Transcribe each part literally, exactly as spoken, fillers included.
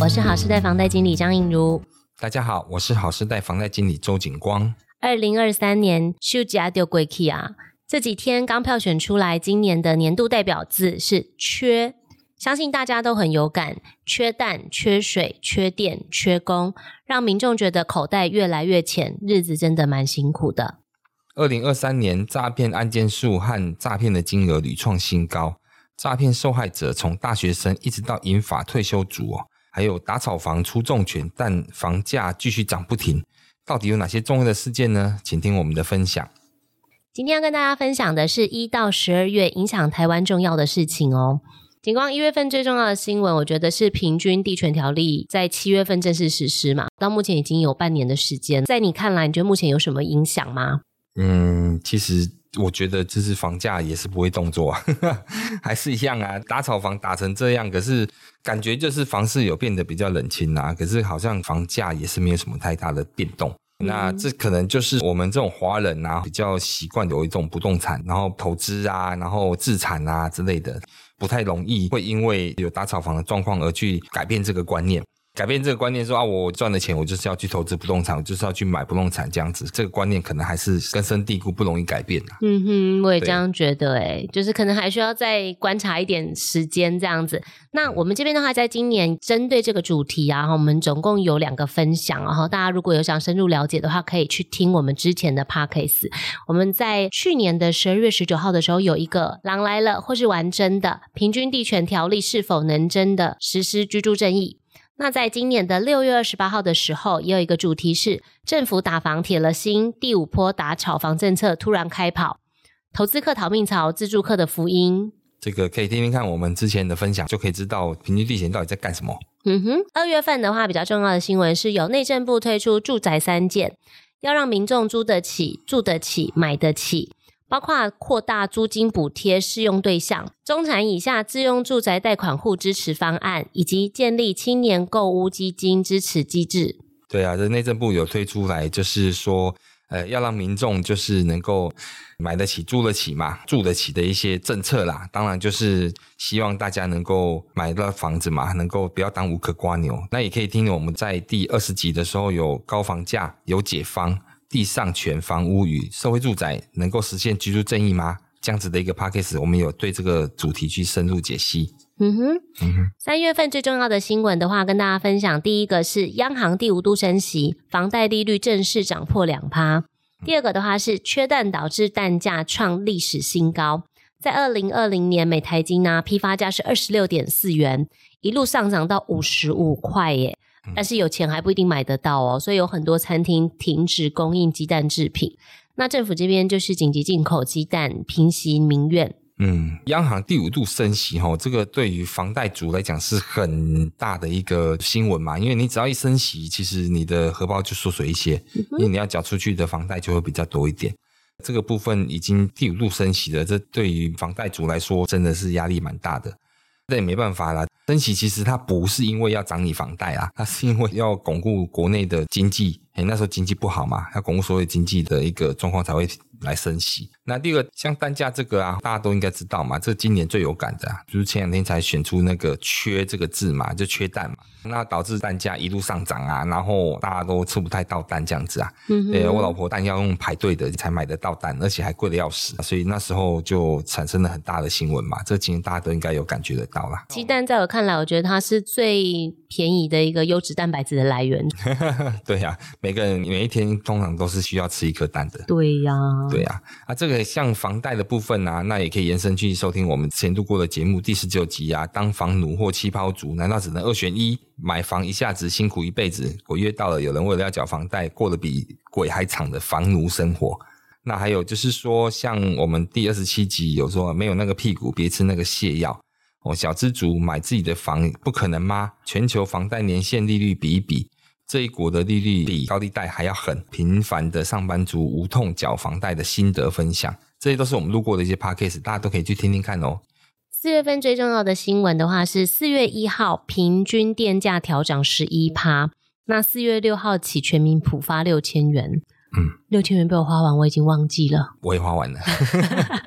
我是好事贷房贷经理张映如。 大家好，我是好事贷房贷经理周景光。 二零二三年暑假就过去啊，这几天刚票选出来，今年的年度代表字是缺，相信大家都很有感，缺蛋、缺水、缺电、缺工，让民众觉得口袋越来越浅，日子真的蛮辛苦的。 二零二三年诈骗案件数和诈骗的金额屡创新高，诈骗受害者从大学生一直到银发退休族哦，还有打炒房出重拳，但房价继续涨不停。到底有哪些重要的事件呢？请听我们的分享。 今天要跟大家分享的是一到十二月影响台湾重要的事情哦。景光一月份最重要的新闻，我觉得是平均地权条例在七月份正式实施嘛，到目前已经有半年的时间。在你看来，你觉得目前有什么影响吗？ 嗯，其实我觉得就是房价也是不会动作啊，还是一样啊，打炒房打成这样，可是感觉就是房市有变得比较冷清啊，可是好像房价也是没有什么太大的变动。那这可能就是我们这种华人啊，比较习惯有一种不动产，然后投资啊，然后自产啊之类的，不太容易会因为有打炒房的状况而去改变这个观念。改变这个观念说啊，我赚的钱我就是要去投资不动产，我就是要去买不动产这样子，这个观念可能还是根深蒂固，不容易改变啊。 嗯哼，我也这样觉得诶，就是可能还需要再观察一点时间这样子。那我们这边的话，在今年针对这个主题啊，我们总共有两个分享，然后大家如果有想深入了解的话，可以去听我们之前的 podcast。我们在去年的十二月十九号的时候，有一个狼来了或是玩真的平均地权条例是否能真的实施居住正义。那在今年的六月二十八号的时候，也有一个主题是政府打房铁了心，第五波打炒房政策突然开跑，投资客逃命潮，自住客的福音。 这个可以听听看我们之前的分享，就可以知道平均地权到底在干什么。 嗯哼，二月份的话比较重要的新闻是有内政部推出住宅三件，要让民众租得起、住得起、买得起，包括扩大租金补贴适用对象、中产以下自用住宅贷款户支持方案，以及建立青年购屋基金支持机制。 对啊，这内政部有推出来，就是说呃，要让民众就是能够买得起、住得起嘛，住得起的一些政策啦。当然就是希望大家能够买到房子嘛，能够不要当无壳蝸牛。那也可以听我们在第二十集的时候有高房价、有解方、地上权房屋与社会住宅能够实现居住正义吗？这样子的一个 podcast， 我们有对这个主题去深入解析。 嗯哼，嗯哼，三月份最重要的新闻的话，跟大家分享，第一个是央行第五度升息，房贷利率正式涨破 百分之二。第二个的话是缺蛋导致蛋价创历史新高，在二零二零年每台斤呢，批发价是 二十六点四元，一路上涨到五十五块耶。但是有钱还不一定买得到哦，所以有很多餐厅停止供应鸡蛋制品。那政府这边就是紧急进口鸡蛋，平息民怨。 嗯，央行第五度升息齁，这个对于房贷族来讲是很大的一个新闻嘛，因为你只要一升息，其实你的荷包就缩水一些，嗯、因为你要缴出去的房贷就会比较多一点。这个部分已经第五度升息了，这对于房贷族来说真的是压力蛮大的。这也没办法啦，升息其实它不是因为要涨你房贷啊，它是因为要巩固国内的经济，诶那时候经济不好嘛，要巩固所有经济的一个状况才会来升息。那第二个像蛋价这个啊，大家都应该知道嘛，这今年最有感的啊，就是前两天才选出那个缺这个字嘛，就缺蛋嘛，那导致蛋价一路上涨啊，然后大家都吃不太到蛋这样子啊。嗯，对，我老婆蛋要用排队的才买得到蛋，而且还贵得要死，所以那时候就产生了很大的新闻嘛，这今年大家都应该有感觉得到啦。 鸡蛋在我看来，我觉得它是最便宜的一个优质蛋白质的来源。 对啊，每个人每一天通常都是需要吃一颗蛋的。 对呀、啊， 对啊，啊，这个像房贷的部分啊，那也可以延伸去收听我们之前录过的节目第十九集啊，当房奴或气泡族，难道只能二选一？买房一下子辛苦一辈子，鬼月到了，有人为了要缴房贷，过得比鬼还长的房奴生活。那还有就是说，像我们第二十七集有说，没有那个屁股别吃那个泻药。哦，小资族买自己的房不可能吗？全球房贷年限利率比一比，这一国的利率比高利贷还要狠。平凡的上班族无痛缴房贷的心得分享，这些都是我们录过的一些 podcast， 大家都可以去听听看哦。 四月份最重要的新闻的话是四月一号平均电价调涨 百分之十一， 那四月六号起全民普发六千元。嗯，六千元被我花完，我已经忘记了。 我也花完了。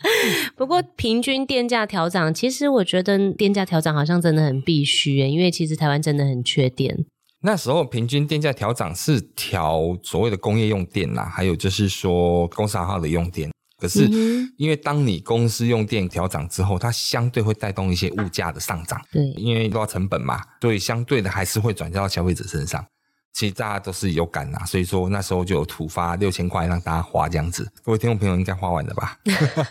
不过平均电价调涨，其实我觉得电价调涨好像真的很必须耶，因为其实台湾真的很缺电。 那时候平均电价调涨是调所谓的工业用电啦，还有就是说公司行号的用电。可是因为当你公司用电调涨之后，它相对会带动一些物价的上涨， 对， 因为都要成本嘛，所以相对的还是会转嫁到消费者身上。其实大家都是有感啦，所以说那时候就有突发六千块让大家花这样子。各位听众朋友应该花完了吧？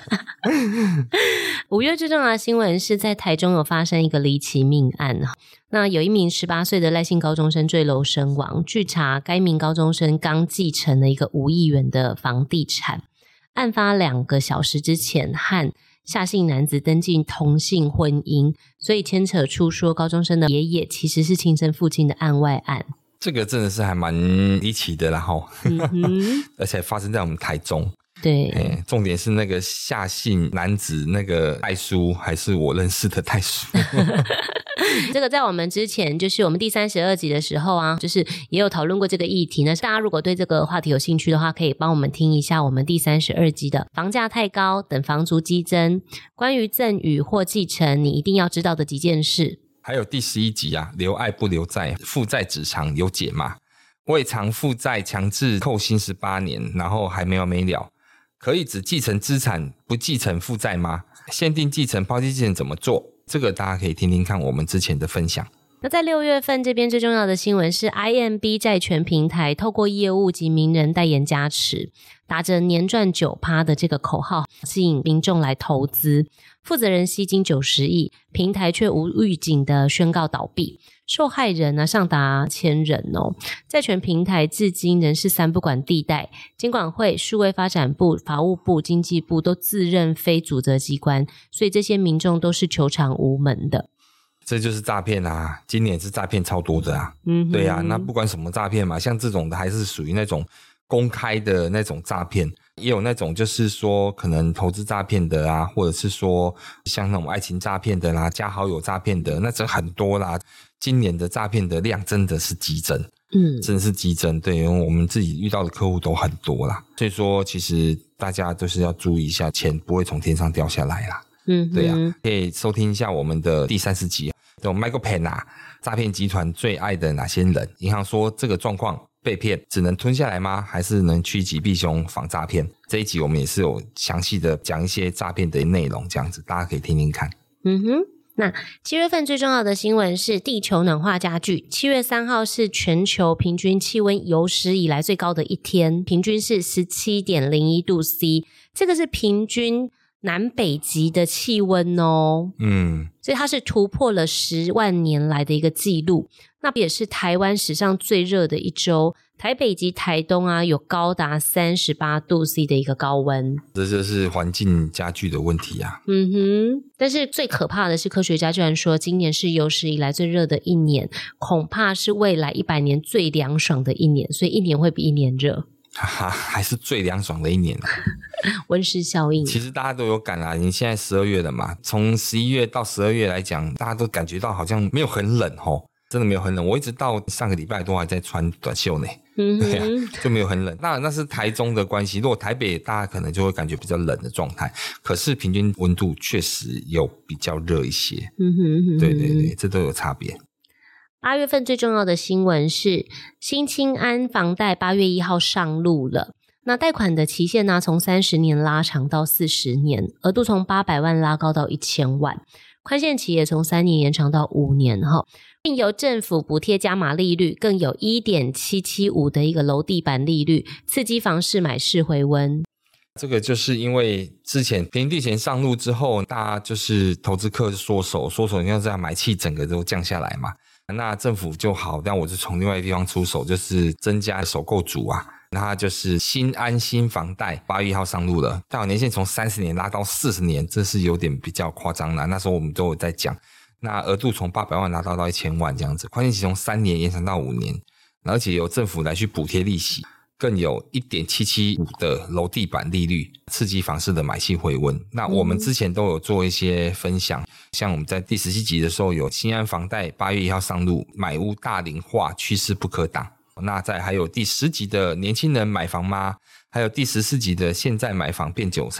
五月最重要的新闻是在台中有发生一个离奇命案，那有一名十八岁的赖姓高中生坠楼身亡。据查，该名高中生刚继承了一个五亿元的房地产，案发两个小时之前和夏姓男子登记同性婚姻，所以牵扯出说高中生的爷爷其实是亲生父亲的案外案。 这个真的是还蛮离奇的啦齁、嗯、而且发生在我们台中。 对、 欸，重点是那个夏姓男子那个代叔还是我认识的代叔。 这个在我们之前就是我们第三十二集的时候啊，就是也有讨论过这个议题。那大家如果对这个话题有兴趣的话，可以帮我们听一下我们第三十二集的房价太高等房租激增，关于赠与或继承你一定要知道的几件事。 还有第十一集啊，留爱不留债，负债只偿有解嘛？未偿负债强制扣薪十八年，然后还没完没了。可以只继承资产不继承负债吗？限定继承抛弃继承怎么做？这个大家可以听听看我们之前的分享。 那在六月份这边最重要的新闻是 I M B 债权平台透过业务及名人代言加持，打着年赚 百分之九 的这个口号吸引民众来投资，负责人吸金九十亿，平台却无预警的宣告倒闭，受害人呢上达千人哦。债权平台至今仍是三不管地带，金管会、数位发展部、法务部、经济部都自认非主责机关，所以这些民众都是求偿无门的。 这就是诈骗啊，今年是诈骗超多的啊。嗯，对啊，那不管什么诈骗嘛，像这种的还是属于那种公开的那种诈骗，也有那种就是说可能投资诈骗的啊，或者是说像那种爱情诈骗的啦、加好友诈骗的，那这很多啦。今年的诈骗的量真的是激增，嗯，真的是激增。对，因为我们自己遇到的客户都很多啦，所以说其实大家都是要注意一下，钱不会从天上掉下来啦。嗯，对啊，可以收听一下我们的第三十集，这种 Michael Pen 啊，诈骗集团最爱的哪些人？银行说这个状况被骗，只能吞下来吗？还是能趋吉避凶防诈骗？这一集我们也是有详细的讲一些诈骗的内容，这样子大家可以听听看。嗯哼。 那七月份最重要的新闻是地球暖化加剧，七月三号是全球平均气温有史以来最高的一天，平均是 十七点零一度 C， 这个是平均南北极的气温哦，嗯，所以它是突破了十万年来的一个记录，那也是台湾史上最热的一周，台北及台东啊有高达三十八度 C 的一个高温， 这就是环境加剧的问题啊。 嗯哼，但是最可怕的是科学家居然说今年是有史以来最热的一年，恐怕是未来一百年最凉爽的一年，所以一年会比一年热。 哈哈，还是最凉爽的一年啊。 温室效应其实大家都有感啦，你现在十二月了嘛，从十一月到十二月来讲，大家都感觉到好像没有很冷齁，真的没有很冷，我一直到上个礼拜都还在穿短袖呢。嗯，对啊，就没有很冷。那那是台中的关系，如果台北大家可能就会感觉比较冷的状态，可是平均温度确实有比较热一些。嗯哼嗯哼，对对对，这都有差别。 八月份最重要的新闻是新青安房贷八月一号上路了，那贷款的期限呢从三十年拉长到四十年，额度从八百万拉高到一千万，宽限期也从三年延长到五年哈，并由政府补贴加码利率，更有 一点七七五 的一个楼地板利率，刺激房市买市回温。 这个就是因为之前平地钱上路之后，大家就是投资客缩手，缩手你要这样买气整个都降下来嘛，那政府就好，但我就从另外一个地方出手，就是增加首购族啊，那它就是新安心房贷八月一号上路了，贷款年限从三十年拉到四十年，这是有点比较夸张啦，那时候我们都有在讲，那额度从八百万拉到到一千万这样子，宽限期从三年延长到五年，而且由政府来去补贴利息，更有 一点七七五 的楼地板利率，刺激房市的买气回温。那我们之前都有做一些分享，像我们在第十七集的时候有新安房贷八月一号上路，买屋大龄化趋势不可挡。那再还有第十集的年轻人买房吗？还有第十四集的现在买房变韭菜，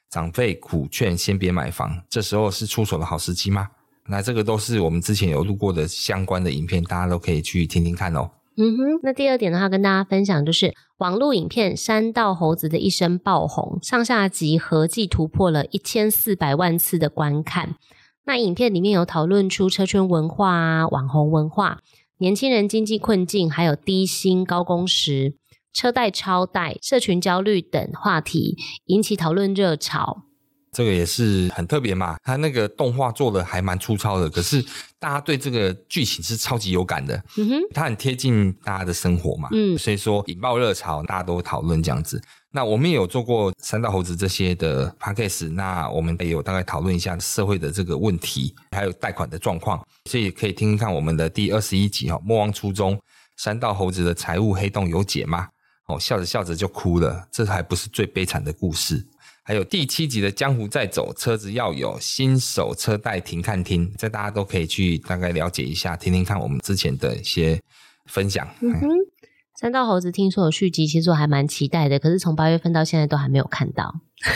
长辈苦劝先别买房，这时候是出手的好时机吗？那这个都是我们之前有录过的相关的影片，大家都可以去听听看哦。 嗯哼，那第二点的话跟大家分享就是网络影片山道猴子的一生爆红，上下集合计突破了一千四百万次的观看。那影片里面有讨论出车圈文化啊、网红文化、年轻人经济困境，还有低薪高工时、车贷超贷、社群焦虑等话题，引起讨论热潮。 这个也是很特别嘛，他那个动画做的还蛮粗糙的，可是大家对这个剧情是超级有感的。嗯哼，它很贴近大家的生活嘛，嗯，所以说引爆热潮，大家都讨论这样子。那我们也有做过山道猴子这些的 podcast， 那我们也有大概讨论一下社会的这个问题，还有贷款的状况，所以可以听听看我们的第二十一集莫忘初衷，山道猴子的财务黑洞有解吗？哦，笑着笑着就哭了，这还不是最悲惨的故事。还有第七集的江湖再走，车子要有，新手车贷停看听，这大家都可以去大概了解一下，听听看我们之前的一些分享。 嗯哼，山道猴子听说有续集，其实我还蛮期待的，可是从八月份到现在都还没有看到。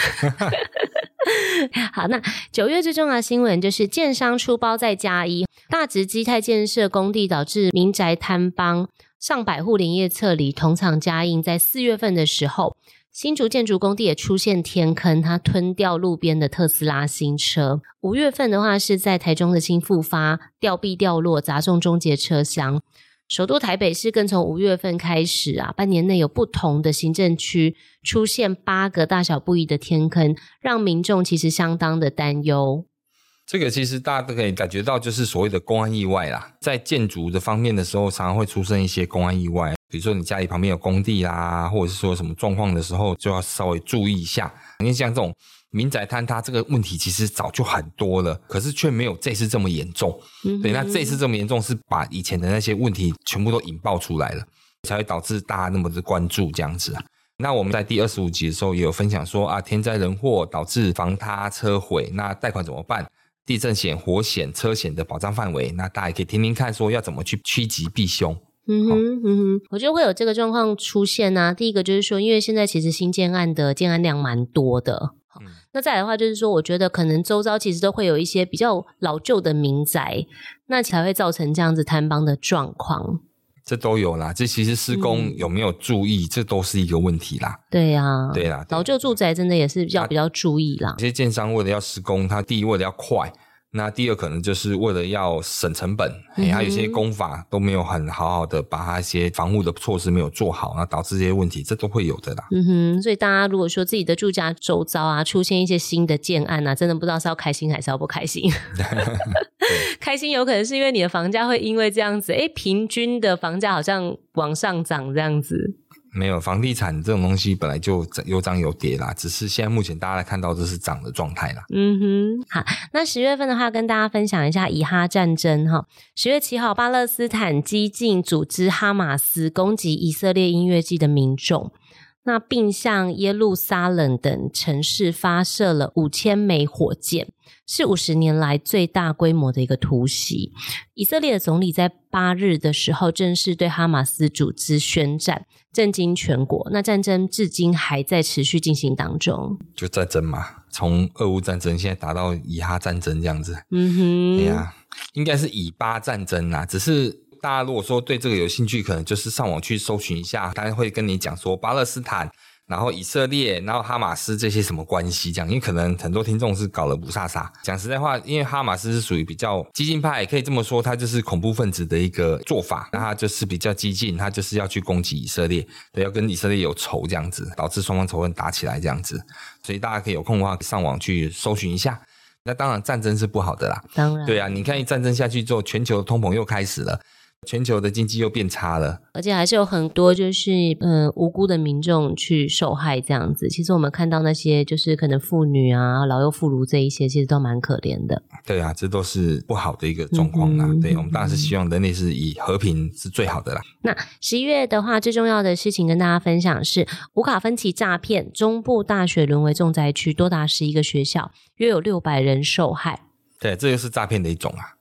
好，那九月最重要的新闻就是建商出包再加一，大直基泰建设工地导致民宅坍帮，上百户连夜撤离，同场加印。在四月份的时候，新竹建筑工地也出现天坑，它吞掉路边的特斯拉新车。五月份的话是在台中的新复发，吊臂掉落砸中中节车厢。首都台北市更从五月份开始啊，半年内有不同的行政区出现八个大小不一的天坑，让民众其实相当的担忧。 这个其实大家都可以感觉到，就是所谓的公安意外啦。在建筑的方面的时候，常常会出现一些公安意外，比如说你家里旁边有工地啦，或者是说什么状况的时候，就要稍微注意一下。因为像这种民宅坍塌这个问题其实早就很多了，可是却没有这次这么严重。嗯、对，那这次这么严重是把以前的那些问题全部都引爆出来了，才会导致大家那么的关注这样子啊。那我们在第二十五集的时候也有分享说啊，天灾人祸导致房塌车毁，那贷款怎么办？地震险、火险、车险的保障范围，那大家也可以听听看说要怎么去趋吉避凶。 嗯哼嗯哼，我觉得会有这个状况出现啊。第一个就是说，因为现在其实新建案的建案量蛮多的，嗯、那再来的话就是说，我觉得可能周遭其实都会有一些比较老旧的民宅，那才会造成这样子坍帮的状况。 这都有啦，这其实施工有没有注意、嗯、这都是一个问题啦。 对啊， 对啦， 老旧住宅真的也是要比较注意啦。 这些建商为了要施工，他第一为了要快，那第二可能就是为了要省成本，还、嗯、有一些工法都没有很好好的把它一些防护的措施没有做好，那导致这些问题，这都会有的啦。 嗯哼，所以大家如果说自己的住家周遭啊出现一些新的建案啊，真的不知道是要开心还是要不开心。开心有可能是因为你的房价会因为这样子，诶，平均的房价好像往上涨这样子。 没有，房地产这种东西本来就有涨有跌啦，只是现在目前大家来看到这是涨的状态啦。 嗯哼，好，那十月份的话跟大家分享一下以哈战争哈。十月七号，巴勒斯坦激进组织哈马斯攻击以色列音乐季的民众，那并向耶路撒冷等城市发射了五千枚火箭，是五十年来最大规模的一个突袭。以色列的总理在八日的时候正式对哈马斯组织宣战，震惊全国。那战争至今还在持续进行当中， 就战争嘛，从俄乌战争现在打到以哈战争这样子。 嗯哼， 对啊，应该是以巴战争啊，只是大家如果说对这个有兴趣，可能就是上网去搜寻一下，大家会跟你讲说巴勒斯坦，然后以色列，然后哈马斯这些什么关系这样，因为可能很多听众是搞了不煞煞。讲实在话，因为哈马斯是属于比较激进派，可以这么说，他就是恐怖分子的一个做法，那他就是比较激进，他就是要去攻击以色列，对，要跟以色列有仇这样子，导致双方仇恨打起来这样子。所以大家可以有空的话上网去搜寻一下。那当然战争是不好的啦， 当然， 对啊，你看一战争下去之后，全球的通膨又开始了，全球的经济又变差了， 而且还是有很多就是嗯无辜的民众去受害这样子。其实我们看到那些就是可能妇女啊、老幼妇孺这一些，其实都蛮可怜的。对啊，这都是不好的一个状况啦。嗯、对，我们当然是希望人类是以和平是最好的啦。 那十一月的话，最重要的事情跟大家分享是无卡分期诈骗，中部大学沦为重灾区，多达十一个学校，约有六百人受害。 对，这就是诈骗的一种啊。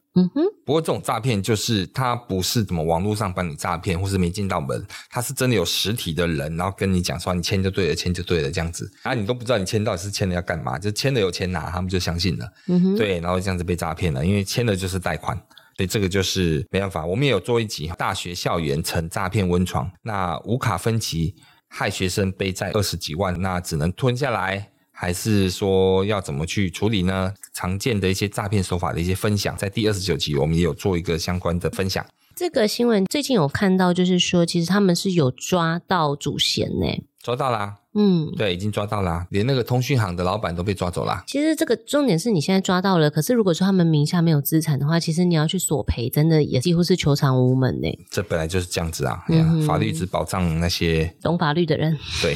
嗯哼， 不过这种诈骗就是它不是怎么网络上帮你诈骗或是没进到门，它是真的有实体的人然后跟你讲说你签就对了签就对了这样子，然后你都不知道你签到底是签了要干嘛，就签了有钱拿他们就相信了、嗯、哼，对，然后这样子被诈骗了，因为签了就是贷款，所以这个就是没办法。我们也有做一集大学校园成诈骗温床，那无卡分期害学生背债二十几万，那只能吞下来还是说要怎么去处理呢？常见的一些诈骗手法的一些分享，在第二十九集我们也有做一个相关的分享。 这个新闻最近有看到，就是说其实他们是有抓到主嫌耶。 抓到啦， 嗯， 对，已经抓到啦，连那个通讯行的老板都被抓走啦。 其实这个重点是你现在抓到了，可是如果说他们名下没有资产的话，其实你要去索赔真的也几乎是求偿无门耶。这本来就是这样子啊、嗯、法律只保障那些懂法律的人。 对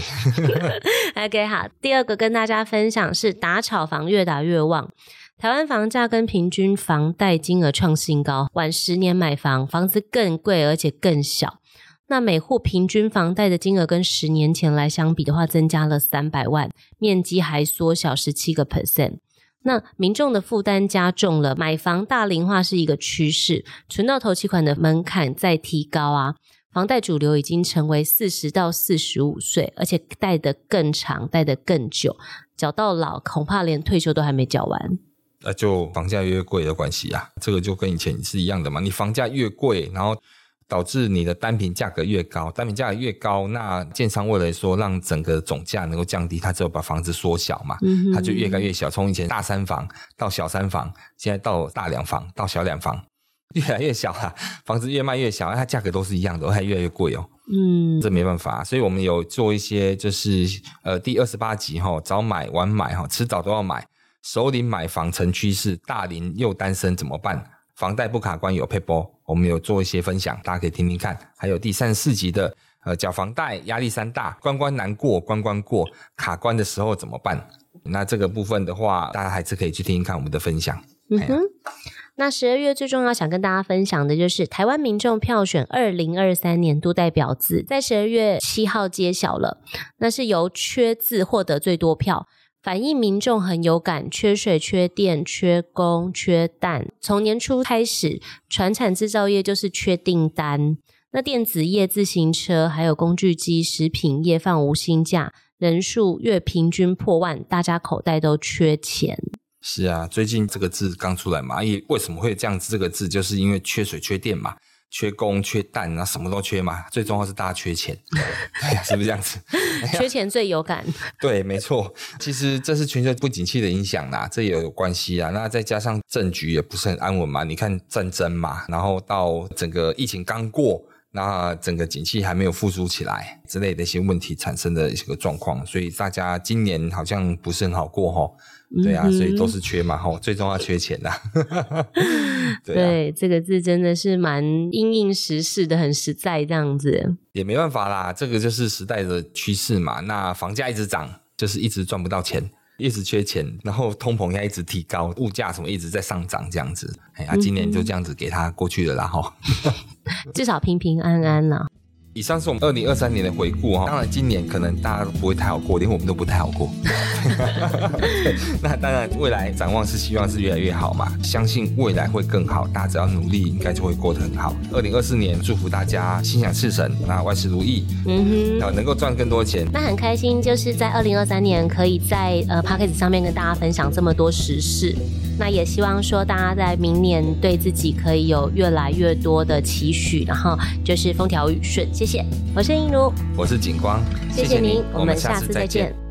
OK， 好，第二个跟大家分享是打炒房越打越旺。台湾房价跟平均房贷金额创新高，晚十年买房，房子更贵而且更小。那每户平均房贷的金额跟十年前来相比的话，增加了三百万，面积还缩小 百分之十七。那民众的负担加重了，买房大龄化是一个趋势，存到头期款的门槛再提高啊。房贷主流已经成为四十到四十五岁，而且贷得更长，贷得更久，缴到老恐怕连退休都还没缴完。 那就房价越贵的关系啊，这个就跟以前是一样的嘛。你房价越贵，然后导致你的单品价格越高，单品价格越高，那建商为了说让整个总价能够降低，他只有把房子缩小嘛，嗯、他就越盖越小，从以前大三房到小三房，现在到大两房到小两房，越来越小啦，房子越卖越小，它价格都是一样的，还越来越贵哦。嗯，这没办法，所以我们有做一些就是呃第二十八集齁，早买晚买齁，迟早都要买。首领买房成趋势，大龄又单身怎么办？房贷不卡关有撇步，我们有做一些分享，大家可以听听看。还有第三十四集的呃缴房贷压力山大，关关难过关关过，卡关的时候怎么办？那这个部分的话，大家还是可以去听听看我们的分享。 嗯哼，那十二月最重要想跟大家分享的就是台湾民众票选二零二三年度代表字，在十二月七号揭晓了，那是由缺字获得最多票。反映民众很有感，缺水、缺电、缺工、缺蛋。从年初开始，传产制造业就是缺订单，那电子业、自行车还有工具机、食品业放无薪假，人数月平均破万，大家口袋都缺钱。 是啊，最近这个字刚出来嘛，也为什么会这样子？这个字就是因为缺水、缺电嘛。缺工缺蛋啊，什么都缺嘛，最重要是大家缺钱对，是不是这样子缺钱最有感对，没错，其实这是全球不景气的影响啦，这也有关系啊。那再加上政局也不是很安稳嘛，你看战争嘛，然后到整个疫情刚过，那整个景气还没有复苏起来之类的一些问题产生的一个状况，所以大家今年好像不是很好过齁。对啊，所以都是缺嘛，齁，最重要缺钱啦对, 啊、 对，这个字真的是蛮因应时事的，很实在这样子。 也没办法啦，这个就是时代的趋势嘛。那房价一直涨，就是一直赚不到钱，一直缺钱，然后通膨也一直提高，物价什么一直在上涨这样子。哎呀，今年就这样子给它过去了啦齁至少平平安安啦。 以上是我们二零二三年的回顾，当然今年可能大家都不会太好过，连我们都不太好过那当然未来展望是希望是越来越好嘛，相信未来会更好，大家只要努力应该就会过得很好。二零二四年祝福大家心想事成，那万事如意，嗯哼，能够赚更多钱。 那很开心就是在二零二三年可以在呃 Podcast 上面跟大家分享这么多时事，那也希望说大家在明年对自己可以有越来越多的期许，然后就是风调雨顺。谢谢，我是映如， 我是景光， 谢谢您，我们下次再见。